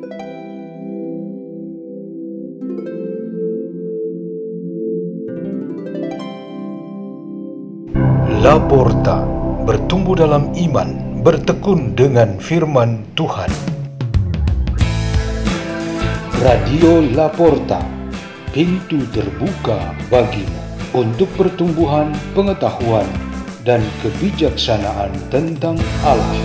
Laporta, bertumbuh dalam iman, bertekun dengan firman Tuhan. Radio Laporta, pintu terbuka bagimu untuk pertumbuhan pengetahuan dan kebijaksanaan tentang Allah.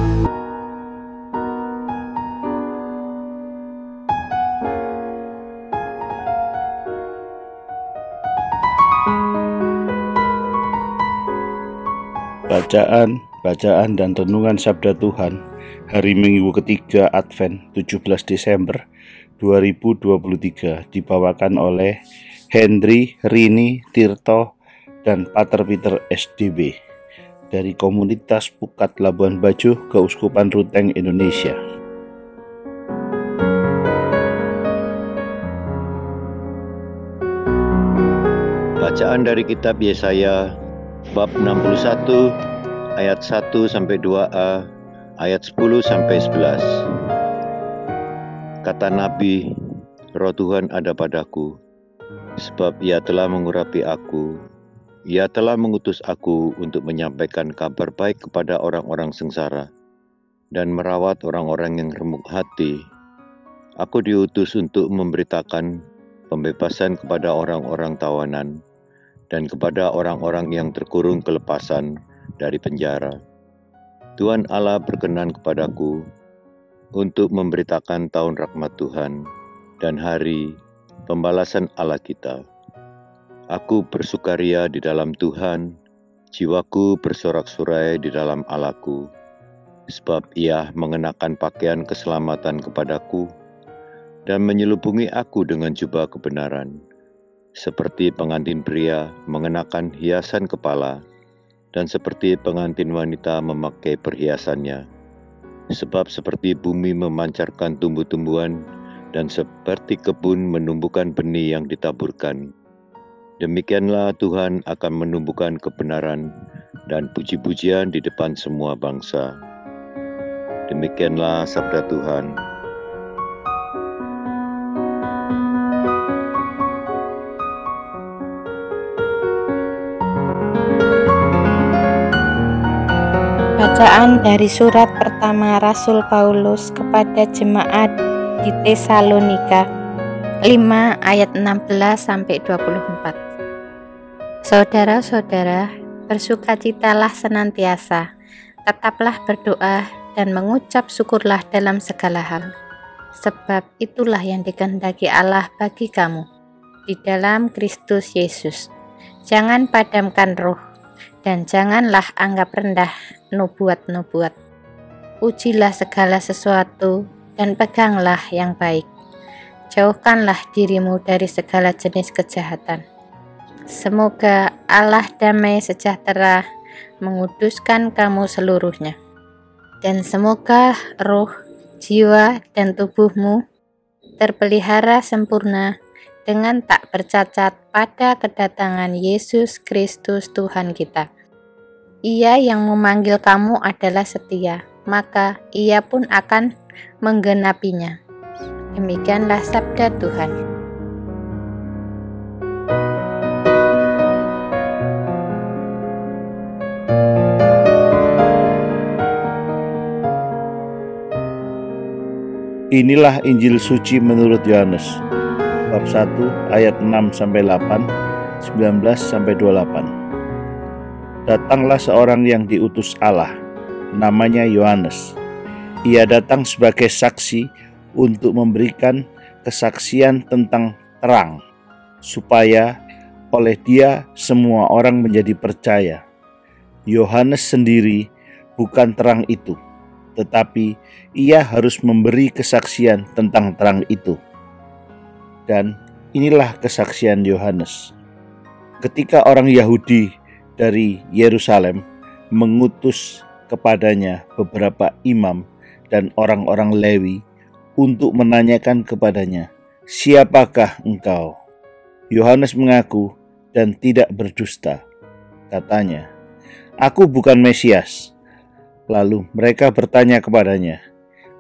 Bacaan dan renungan Sabda Tuhan hari Minggu ketiga Advent 17 Desember 2023 dibawakan oleh Hendri, Rini, Tirto, dan Pater Peter SDB dari Komunitas Pukat Labuan Bajo, Keuskupan Ruteng, Indonesia. Bacaan dari kitab Yesaya bab 61 ayat 1-2a, ayat 10-11. Kata Nabi, Roh Tuhan ada padaku, sebab Ia telah mengurapi aku. Ia telah mengutus aku untuk menyampaikan kabar baik kepada orang-orang sengsara dan merawat orang-orang yang remuk hati. Aku diutus untuk memberitakan pembebasan kepada orang-orang tawanan dan kepada orang-orang yang terkurung kelepasan dari penjara. Tuhan Allah berkenan kepadaku untuk memberitakan tahun rahmat Tuhan dan hari pembalasan Allah kita. Aku bersukaria di dalam Tuhan, jiwaku bersorak-sorai di dalam Allahku, sebab Ia mengenakan pakaian keselamatan kepadaku dan menyelubungi aku dengan jubah kebenaran, seperti pengantin pria mengenakan hiasan kepala, dan seperti pengantin wanita memakai perhiasannya. Sebab seperti bumi memancarkan tumbuh-tumbuhan, dan seperti kebun menumbuhkan benih yang ditaburkan, demikianlah Tuhan akan menumbuhkan kebenaran dan puji-pujian di depan semua bangsa. Demikianlah sabda Tuhan. Bacaan dari surat pertama Rasul Paulus kepada jemaat di Tesalonika 5 ayat 16-24. Saudara-saudara, bersukacitalah senantiasa, tetaplah berdoa dan mengucap syukurlah dalam segala hal, sebab itulah yang dikehendaki Allah bagi kamu di dalam Kristus Yesus. Jangan padamkan roh, dan janganlah anggap rendah nubuat-nubuat. Ujilah segala sesuatu dan peganglah yang baik. Jauhkanlah dirimu dari segala jenis kejahatan. Semoga Allah damai sejahtera menguduskan kamu seluruhnya. Dan semoga roh, jiwa, dan tubuhmu terpelihara sempurna dengan tak bercacat pada kedatangan Yesus Kristus Tuhan kita. Ia yang memanggil kamu adalah setia, maka Ia pun akan menggenapinya. Demikianlah sabda Tuhan. Inilah Injil suci menurut Yohanes, bab 1 ayat 6-8, 19-28. Datanglah seorang yang diutus Allah, namanya Yohanes. Ia datang sebagai saksi untuk memberikan kesaksian tentang terang, supaya oleh dia semua orang menjadi percaya. Yohanes sendiri bukan terang itu, tetapi ia harus memberi kesaksian tentang terang itu. Dan inilah kesaksian Yohanes. Ketika orang Yahudi dari Yerusalem mengutus kepadanya beberapa imam dan orang-orang Lewi untuk menanyakan kepadanya, "Siapakah engkau?" Yohanes mengaku dan tidak berdusta. Katanya, "Aku bukan Mesias." Lalu mereka bertanya kepadanya,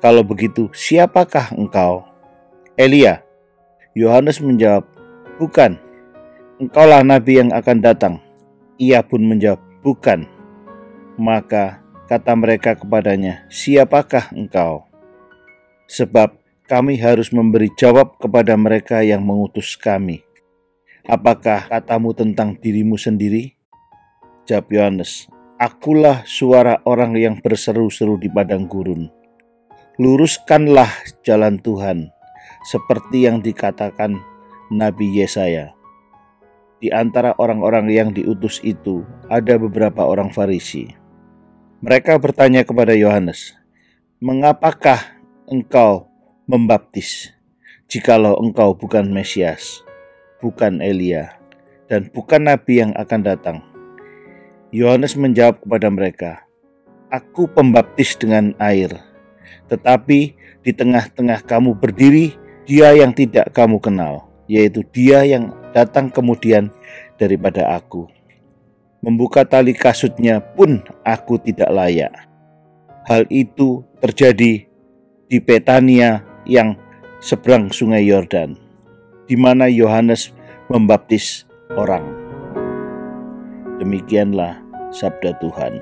Kalau begitu, siapakah engkau?" "Elia." Yohanes menjawab, "Bukan." "Engkaulah nabi yang akan datang?" Ia pun menjawab, "Bukan." Maka kata mereka kepadanya, "Siapakah engkau?" Sebab kami harus memberi jawab kepada mereka yang mengutus kami. "Apakah katamu tentang dirimu sendiri?" Jawab Yohanes, "Akulah suara orang yang berseru-seru di padang gurun. Luruskanlah jalan Tuhan, seperti yang dikatakan Nabi Yesaya." Di antara orang-orang yang diutus itu ada beberapa orang Farisi. Mereka bertanya kepada Yohanes, "Mengapakah engkau membaptis, jikalau engkau bukan Mesias, bukan Elia, dan bukan Nabi yang akan datang?" Yohanes menjawab kepada mereka, "Aku pembaptis dengan air, tetapi di tengah-tengah kamu berdiri Dia yang tidak kamu kenal, yaitu Dia yang datang kemudian daripada aku. Membuka tali kasutnya pun aku tidak layak." Hal itu terjadi di Betania yang seberang sungai Yordan, di mana Yohanes membaptis orang. Demikianlah sabda Tuhan.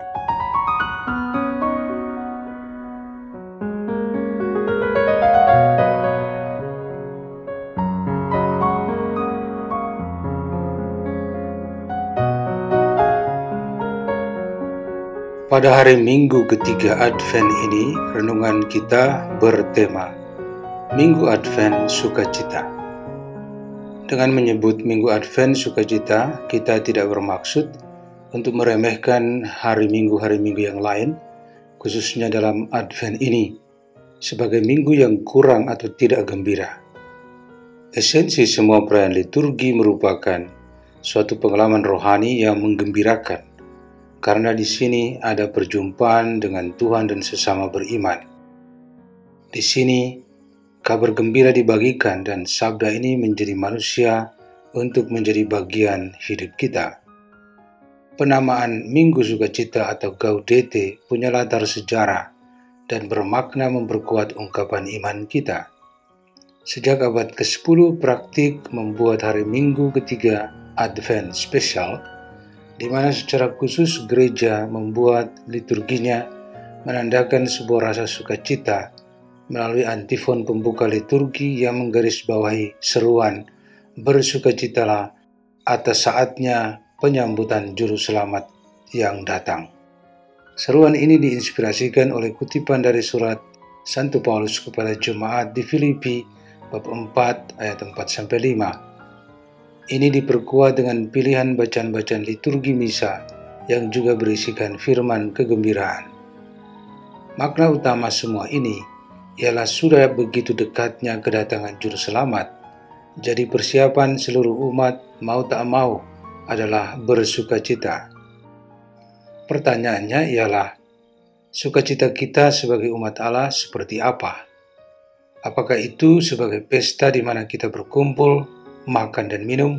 Pada hari Minggu ketiga Advent ini, renungan kita bertema Minggu Advent Sukacita. Dengan menyebut Minggu Advent Sukacita, kita tidak bermaksud untuk meremehkan hari Minggu yang lain, khususnya dalam Advent ini, sebagai minggu yang kurang atau tidak gembira. Esensi semua perayaan liturgi merupakan suatu pengalaman rohani yang menggembirakan, karena di sini ada perjumpaan dengan Tuhan dan sesama beriman. Di sini kabar gembira dibagikan dan sabda ini menjadi manusia untuk menjadi bagian hidup kita. Penamaan Minggu Sukacita atau Gaudete punya latar sejarah dan bermakna memperkuat ungkapan iman kita. Sejak abad ke-10, praktik membuat hari Minggu ketiga Advent spesial, di mana secara khusus gereja membuat liturginya menandakan sebuah rasa sukacita melalui antifon pembuka liturgi yang menggarisbawahi seruan "Bersukacitalah atas saatnya penyambutan Juru Selamat yang datang." Seruan ini diinspirasikan oleh kutipan dari surat Santo Paulus kepada jemaat di Filipi bab 4 ayat 4-5. Ini diperkuat dengan pilihan bacaan-bacaan liturgi misa yang juga berisikan firman kegembiraan. Makna utama semua ini ialah sudah begitu dekatnya kedatangan Juru Selamat, jadi persiapan seluruh umat mau tak mau adalah bersukacita. Pertanyaannya ialah, sukacita kita sebagai umat Allah seperti apa? Apakah itu sebagai pesta di mana kita berkumpul, makan dan minum?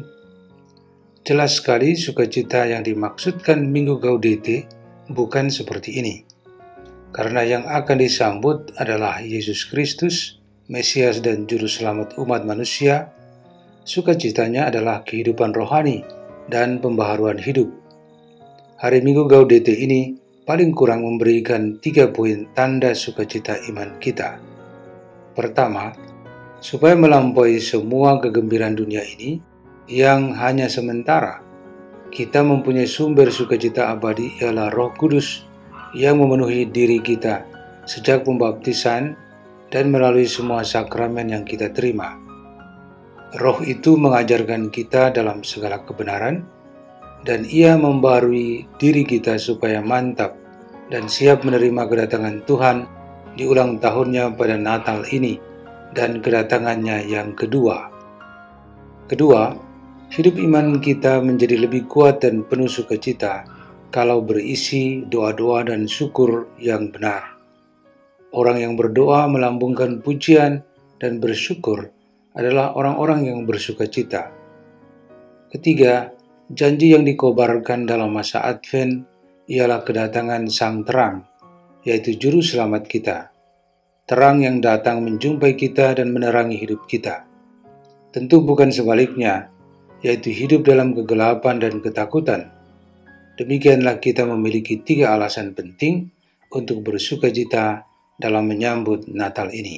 Jelas sekali sukacita yang dimaksudkan Minggu Gaudete bukan seperti ini. Karena yang akan disambut adalah Yesus Kristus, Mesias dan Juru Selamat umat manusia, sukacitanya adalah kehidupan rohani dan pembaharuan hidup. Hari Minggu Gaudete ini paling kurang memberikan 3 poin tanda sukacita iman kita. Pertama, supaya melampaui semua kegembiraan dunia ini yang hanya sementara, kita mempunyai sumber sukacita abadi ialah Roh Kudus yang memenuhi diri kita sejak pembaptisan dan melalui semua sakramen yang kita terima. Roh itu mengajarkan kita dalam segala kebenaran, dan Ia membarui diri kita supaya mantap dan siap menerima kedatangan Tuhan di ulang tahunnya pada Natal ini dan kedatangannya yang kedua. Kedua, hidup iman kita menjadi lebih kuat dan penuh sukacita kalau berisi doa-doa dan syukur yang benar. Orang yang berdoa melambungkan pujian dan bersyukur adalah orang-orang yang bersukacita. Ketiga, janji yang dikobarkan dalam masa Advent ialah kedatangan Sang Terang, yaitu Juru Selamat kita. terang yang datang menjumpai kita dan menerangi hidup kita. Tentu bukan sebaliknya, yaitu hidup dalam kegelapan dan ketakutan. Demikianlah kita memiliki 3 alasan penting untuk bersukacita dalam menyambut Natal ini.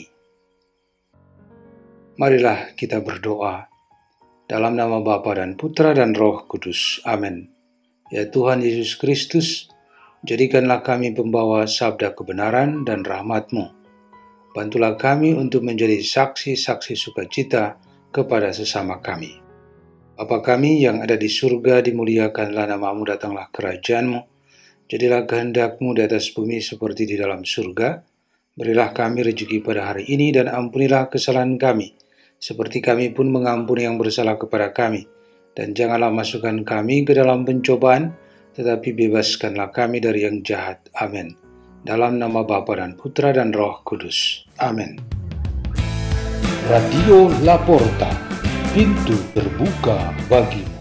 Marilah kita berdoa. Dalam nama Bapa dan Putra dan Roh Kudus. Amin. Ya Tuhan Yesus Kristus, jadikanlah kami pembawa sabda kebenaran dan rahmat-Mu. Bantulah kami untuk menjadi saksi-saksi sukacita kepada sesama kami. Bapa kami yang ada di surga, dimuliakanlah nama-Mu, datanglah kerajaan-Mu. Jadilah kehendak-Mu di atas bumi seperti di dalam surga. Berilah kami rezeki pada hari ini dan ampunilah kesalahan kami, seperti kami pun mengampuni yang bersalah kepada kami. Dan janganlah masukkan kami ke dalam pencobaan, tetapi bebaskanlah kami dari yang jahat. Amin. Dalam nama Bapa dan Putra dan Roh Kudus. Amin. Radio Laporta, pintu terbuka bagimu.